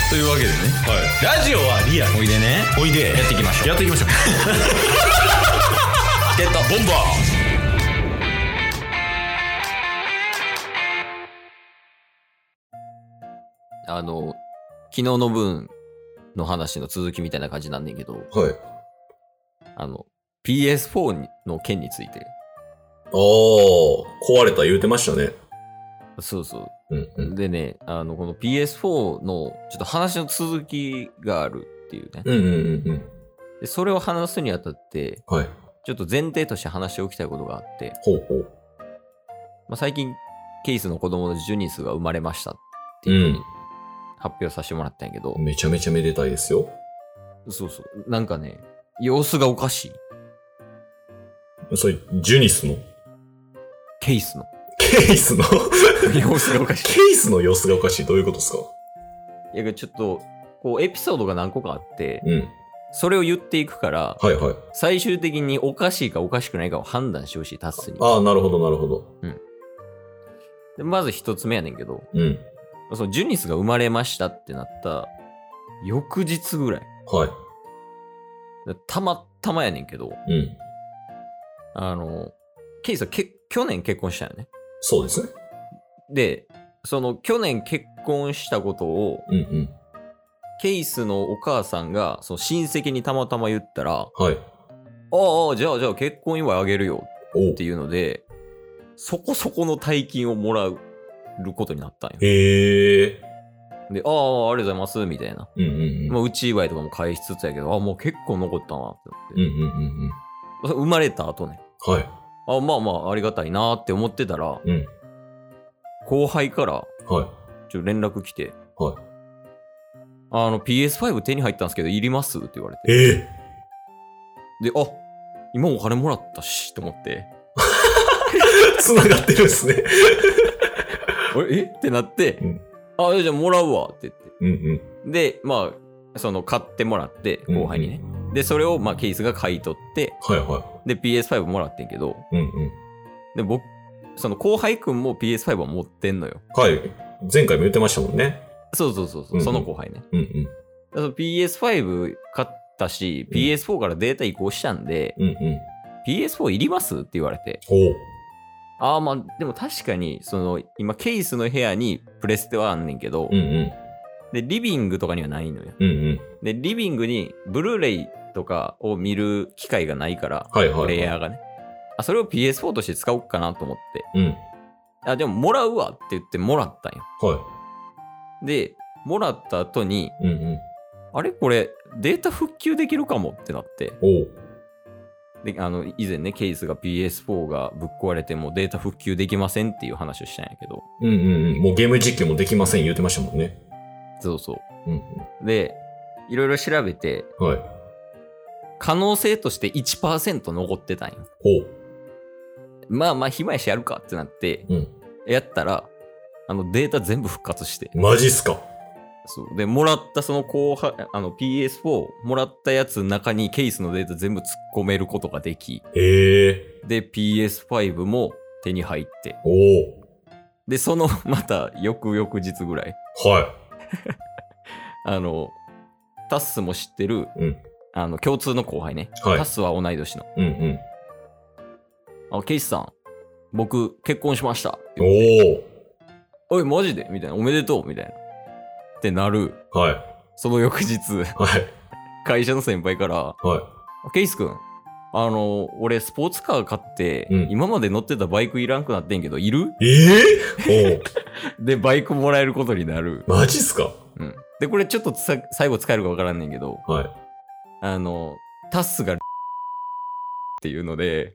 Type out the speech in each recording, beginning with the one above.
というわけでね、はい、ラジオはリアルおいでねおいでやっていきましょうチケットボンバー。昨日の分の話の続きみたいな感じなんねんけど、 はい。 PS4 の件について。 壊れた言うてましたね。 そうそう。 うんうん、 でね、この PS4 のちょっと話の続きがあるっていうね。 うんうんうんうん。 でそれを話すにあたって、 はい。 ちょっと前提として話しておきたいことがあって、 ほうほう。 最近、ケイスの子供のジュニスが生まれましたっていうふうに発表させてもらったんやけど、 めちゃめちゃめでたいですよ。 そうそう。なんかね、様子がおかしい。 それ、ジュニスのケイスのケイスの様子がおかしい。 ケイスの様子がおかしい。どういうことですか？ いや、ちょっと、こう、エピソードが何個かあって、 うん。 それを言っていくから、 はいはい。 最終的におかしいかおかしくないかを判断してほしい、タスに。 ああ、なるほどなるほど。 でまず一つ目やねんけど、 うん。 そのジュニスが生まれましたってなった翌日ぐらい。 はい。 たまたまやねんけど、 うん。 ケイスは去年結婚したよね。 そうですね。 で、その去年結婚したことを、 うんうん。 ケイスのお母さんがその親戚にたまたま言ったら、 はい。 ああ、じゃあ結婚祝いあげるよおっていうので、そこそこの大金をもらうことになったんよ。 へえ。 で、ありがとうございます、みたいな。 うんうんうん。 うち祝いとかも返しつつやけど、もう結構残ったなって思って。 うんうんうんうん。 生まれた後ね。 はい。 ありがたいなって思ってたら、 うん。 後輩から、 はい。 連絡来て、 はい。 PS5 手に入ったんですけど、いりますって言われて。で、今お金もらったし、と思って。 繋がってるんですね。 ってなって、じゃあもらうわって言って。 うんうん、 で、買ってもらって、後輩にね。で、それを、ケースが買い取って、 はいはい。 で、PS5 もらってんけど、 うんうん、 で、その後輩くんも PS5 は持ってんのよ。 はい。前回も言ってましたもんね。 そう、その後輩ね。PS5 買ったし、PS4 からデータ移行したんで、PS4 いりますって言われて。でも確かに、今、ケースの部屋にプレステはあんねんけど、で、リビングとかにはないのよ。で、リビングにブルーレイとかを見る機会がないから、プレイヤーがね。それを PS4 として使おうかなと思って。でも、もらうわって言ってもらったんよ。で、もらった後に、あれこれ、データ復旧できるかもってなって。で、以前ね、ケースが PS4 がぶっ壊れてもデータ復旧できませんっていう話をしたんやけど。 もうゲーム実況もできません言ってましたもんね。 そうそう。で、いろいろ調べて、可能性として 1% 残ってたんよ。暇やしやるかってなって、やったら、データ全部復活して。 マジっすか？ そう。で、もらったその後輩、PS4 もらったやつの中にケースのデータ全部突っ込めることができ。で、PS5 も手に入って。で、そのまた翌々日ぐらい。タッスも知ってる、共通の後輩ね。タッスは同い年の。ケイスさん、僕結婚しましたって言って。おい、マジでみたいな。おめでとうみたいな。ってなる。その翌日、会社の先輩から、ケイスくん、俺スポーツカー買って、今まで乗ってたバイクいらんくなってんけど、いる？で、バイクもらえることになる。 マジっすか？ で、これちょっと最後使えるかわからんねんけど、タスがっていうので、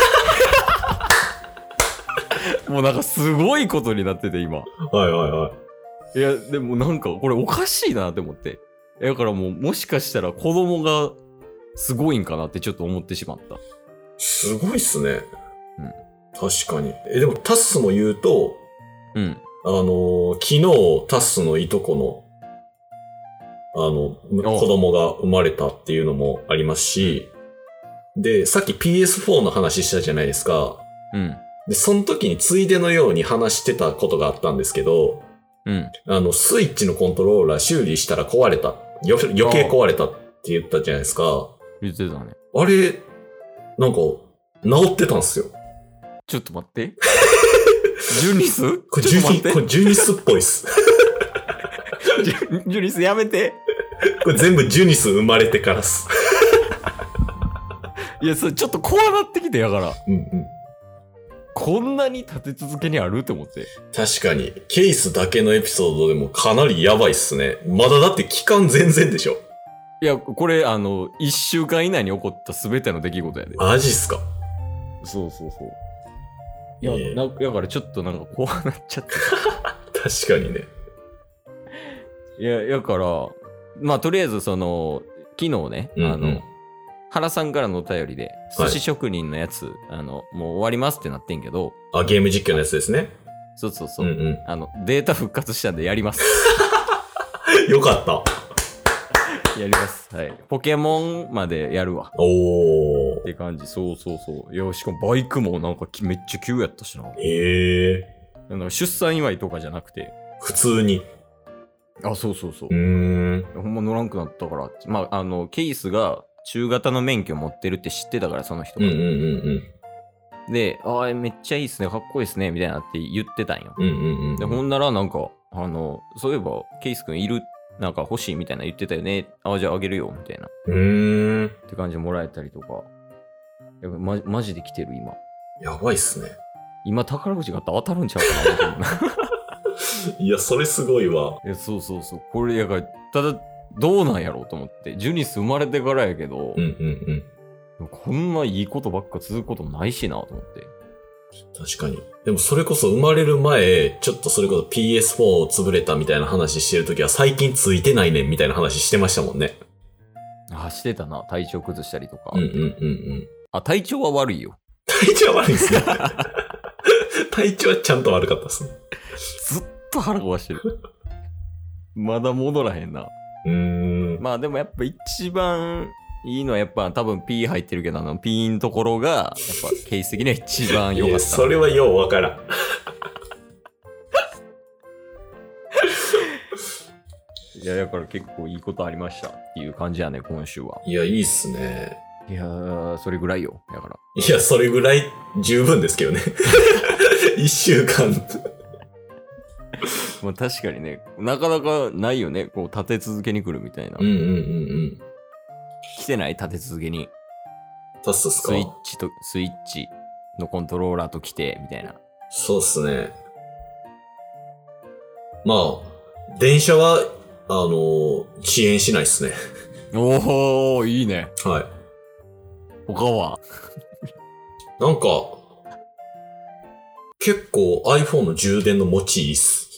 もうなんかすごいことになってて、今。いや、でもなんかこれおかしいなって思って。だからもしかしたら子供がすごいんかなってちょっと思ってしまった。 すごいっすね。確かに。でもタッスも言うと、昨日タッスのいとこの、子供が生まれたっていうのもありますし、で、さっき PS4 の話したじゃないですか。で、その時についでのように話してたことがあったんですけど、 うん。 スイッチのコントローラー修理したら壊れた。余計壊れたって言ったじゃないですか。 言ってたね。 あれ、なんか、治ってたんすよ。 ちょっと待って。ジュニスこれジュニスっぽいっす。 ジュニスやめて。 これ全部ジュニス生まれてからっす。 いや、それちょっと怖なってきてやから。 うんうん。 こんなに立て続けにあるって思って。 確かに。ケースだけのエピソードでもかなりやばいっすね。まだだって期間全然でしょ。 いや、これ、1週間以内に起こった全ての出来事やで。 マジっすか。 そう。いや、だからちょっとなんか怖なっちゃって。 確かにね。 いや、だから、まあ、とりあえず昨日ね、原さんからのお便りで、寿司職人のやつ、もう終わりますってなってんけど。 ゲーム実況のやつですね。 そう。データ復活したんでやります。 よかった。 やります。はい。ポケモンまでやるわ。 おー。 って感じ。そう。いや、しかもバイクもなんかめっちゃ急やったしな。 へえ。なんか出産祝いとかじゃなくて。 普通に。 あ、そう。ほんま乗らんくなったから。まあ、ケースが中型の免許持ってるって知ってたから、その人が。で、めっちゃいいっすね、かっこいいっすね、みたいなって言ってたんよ。で、ほんならなんか、そういえば、ケースくんいる、なんか欲しいみたいな言ってたよね。じゃああげるよ、みたいな。って感じでもらえたりとか。やっぱマジで来てる、今。 やばいっすね。 今、宝くじがあったら当たるんちゃうかな。 いや、それすごいわ。 そう。これ、やから、ただ、どうなんやろうと思って。ジュニス生まれてからやけど、こんないいことばっか続くこともないしなと思って。 確かに。でもそれこそ生まれる前、ちょっとそれこそ PS4 潰れたみたいな話してるときは最近ついてないねんみたいな話してましたもんね。 してたな。体調崩したりとか。体調は悪いよ。 体調は悪いっすね。体調はちゃんと悪かったっすね。 ずっと腹壊してる。まだ戻らへんな。まあでもやっぱ一番いいのはやっぱ多分 P 入ってるけどP のところがやっぱケース的には一番良かった。 それはようわからん。 いやだから結構いいことありましたっていう感じやね今週は。 いやいいっすね。 いやーそれぐらいよだから。 いやそれぐらい十分ですけどね。一週間。 まあ確かにねなかなかないよねこう立て続けに来るみたいな。来てない立て続けに。 タスですか？ スイッチのコントローラーと来てみたいな。 そうっすね。まあ電車は遅延しないっすね。 おーいいね。 はい。 他はなんか結構 iPhone の充電の持ちいいっす。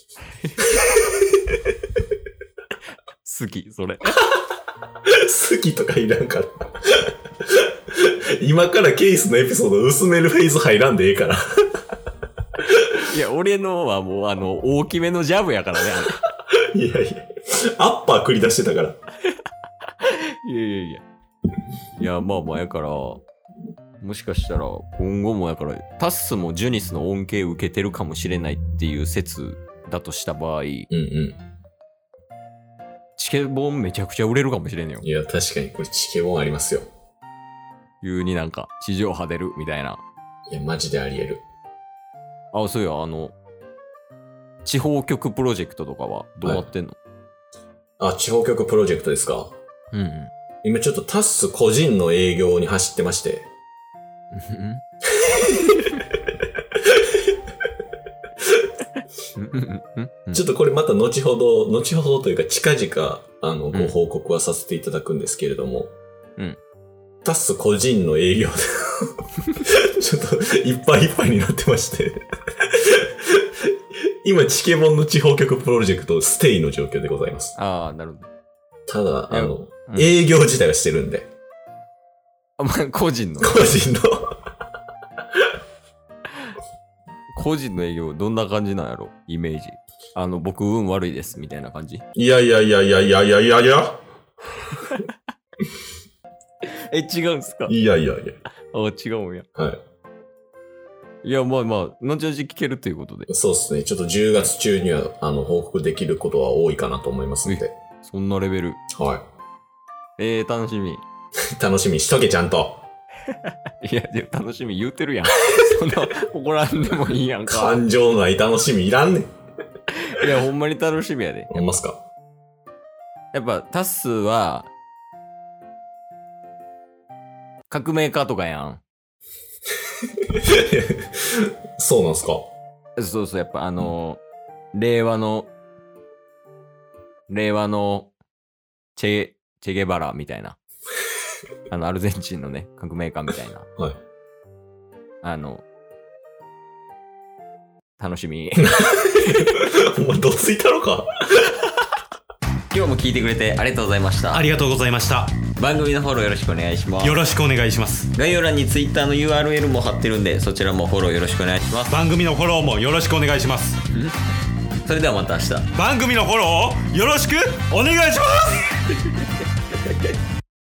好きそれ。 好きとかいらんかった。今からケースのエピソード薄めるフェーズ入らんでええから。 いや、俺のはもう大きめのジャブやからね。 いや、アッパー繰り出してたから。 いや、まあやから、もしかしたら今後もやから、タッスもジュニスの恩恵を受けてるかもしれないっていう説だとした場合、チケボンめちゃくちゃ売れるかもしれんよ。 いや、確かにこれチケボンありますよ。 急になんか地上波出るみたいな。 いや、マジであり得る。 そうや、地方局プロジェクトとかはどうなってんの？ 地方局プロジェクトですか？今ちょっとタッス個人の営業に走ってまして。ちょっとこれまた後ほどというか近々ご報告はさせていただくんですけれども、タス個人の営業でちょっといっぱいいっぱいになってまして今チケボンの地方局プロジェクトステイの状況でございます。 なるほど。 ただ営業自体はしてるんで。 個人の個人の営業どんな感じなんやろイメージ。僕運悪いですみたいな感じ。 いや違うんすか？ いや違うんや。 はい。 いや、まあまあ、後々聞けるということで。 そうですね。ちょっと10月中には、報告できることは多いかなと思いますので。 そんなレベル。 はい。 楽しみ。 楽しみしとけ、ちゃんと。 いや、でも楽しみ言うてるやん。そんな、怒らんでもいいやんか。 感情ない楽しみいらんねん。 いや、ほんまに楽しみやで。 ほんますか。 やっぱ、タスは、革命家とかやん。 そうなんすか。 そうそう、やっぱ令和のチェゲバラみたいな。アルゼンチンのね、革命家みたいな。 はい。 楽しみ。 お前、どついたのか。 今日も聞いてくれてありがとうございました。 ありがとうございました。 番組のフォローよろしくお願いします。 よろしくお願いします。 概要欄に Twitter の URL も貼ってるんで、そちらもフォローよろしくお願いします。 番組のフォローもよろしくお願いします。 それではまた明日。 番組のフォローをよろしくお願いします。